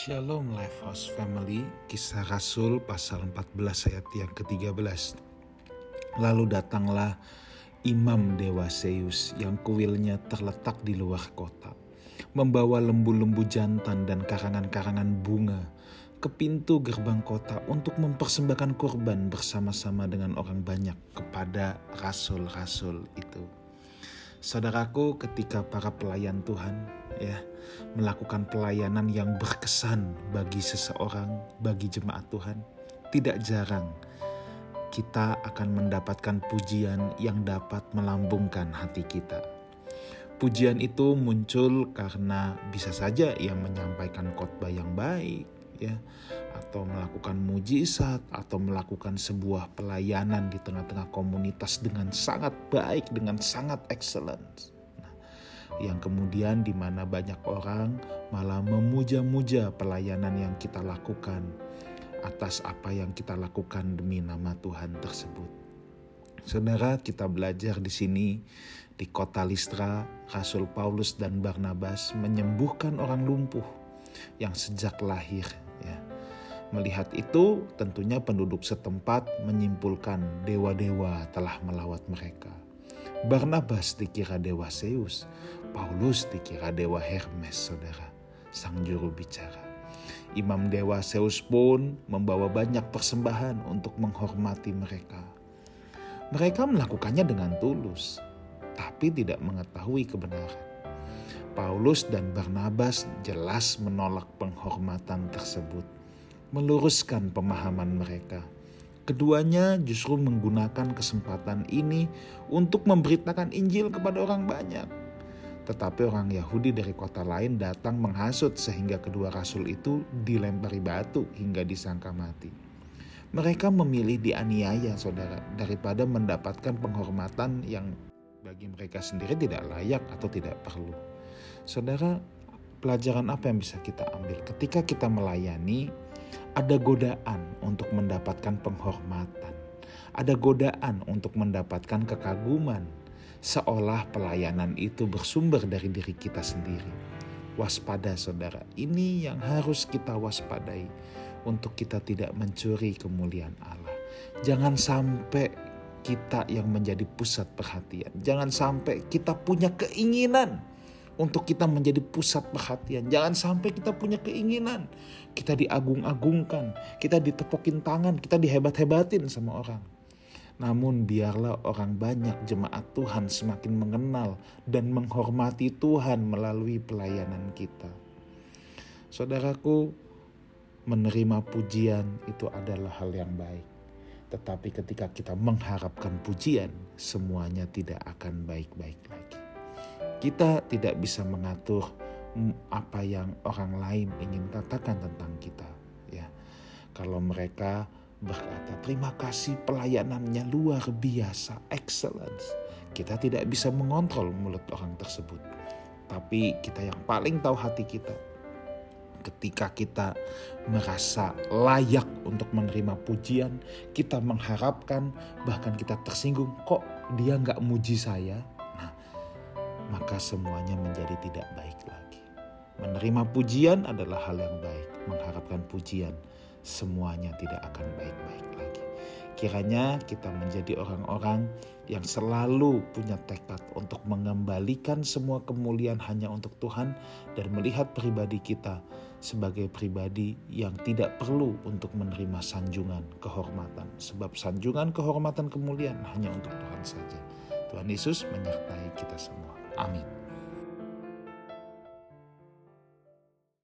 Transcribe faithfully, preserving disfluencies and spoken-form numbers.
Shalom Lifehouse Family, Kisah Rasul pasal empat belas ayat yang ketiga belas. Lalu datanglah Imam Dewa Zeus yang kuilnya terletak di luar kota, membawa lembu-lembu jantan dan karangan-karangan bunga ke pintu gerbang kota untuk mempersembahkan kurban bersama-sama dengan orang banyak kepada rasul-rasul itu. Saudaraku, ketika para pelayan Tuhan ya melakukan pelayanan yang berkesan bagi seseorang, bagi jemaat Tuhan, tidak jarang kita akan mendapatkan pujian yang dapat melambungkan hati kita. Pujian itu muncul karena bisa saja ia menyampaikan khotbah yang baik, ya, atau melakukan mujizat, atau melakukan sebuah pelayanan di tengah-tengah komunitas dengan sangat baik, dengan sangat excellent. Nah, yang kemudian di mana banyak orang malah memuja-muja pelayanan yang kita lakukan atas apa yang kita lakukan demi nama Tuhan tersebut. Saudara, kita belajar di sini di kota Listra, Rasul Paulus dan Barnabas menyembuhkan orang lumpuh yang sejak lahir, ya. Melihat itu, tentunya penduduk setempat menyimpulkan dewa-dewa telah melawat mereka. Barnabas dikira dewa Zeus, Paulus dikira dewa Hermes, saudara, sang juru bicara. Imam dewa Zeus pun membawa banyak persembahan untuk menghormati mereka. Mereka melakukannya dengan tulus, tapi tidak mengetahui kebenaran. Paulus dan Barnabas jelas menolak penghormatan tersebut, meluruskan pemahaman mereka. Keduanya justru menggunakan kesempatan ini untuk memberitakan Injil kepada orang banyak. Tetapi orang Yahudi dari kota lain datang menghasut sehingga kedua rasul itu dilempari batu hingga disangka mati. Mereka memilih dianiaya, saudara, daripada mendapatkan penghormatan yang bagi mereka sendiri tidak layak atau tidak perlu. Saudara, pelajaran apa yang bisa kita ambil? Ketika kita melayani, ada godaan untuk mendapatkan penghormatan. Ada godaan untuk mendapatkan kekaguman, seolah pelayanan itu bersumber dari diri kita sendiri. Waspada, saudara, ini yang harus kita waspadai untuk kita tidak mencuri kemuliaan Allah. Jangan sampai kita yang menjadi pusat perhatian. Jangan sampai kita punya keinginan untuk kita menjadi pusat perhatian. Jangan sampai kita punya keinginan kita diagung-agungkan, kita ditepokin tangan, kita dihebat-hebatin sama orang. Namun biarlah orang banyak jemaat Tuhan semakin mengenal dan menghormati Tuhan melalui pelayanan kita. Saudaraku, menerima pujian itu adalah hal yang baik. Tetapi ketika kita mengharapkan pujian, semuanya tidak akan baik-baik lagi. Kita tidak bisa mengatur apa yang orang lain ingin katakan tentang kita, ya. Kalau mereka berkata terima kasih pelayanannya luar biasa, excellence, kita tidak bisa mengontrol mulut orang tersebut. Tapi kita yang paling tahu hati kita. Ketika kita merasa layak untuk menerima pujian, kita mengharapkan, bahkan kita tersinggung, kok dia gak muji saya? Nah, maka semuanya menjadi tidak baik lagi. Menerima pujian adalah hal yang baik. Mengharapkan pujian, semuanya tidak akan baik-baik lagi. Kiranya kita menjadi orang-orang yang selalu punya tekad untuk mengembalikan semua kemuliaan hanya untuk Tuhan dan melihat pribadi kita sebagai pribadi yang tidak perlu untuk menerima sanjungan kehormatan. Sebab sanjungan kehormatan kemuliaan hanya untuk Tuhan saja. Tuhan Yesus menyertai kita semua. Amin.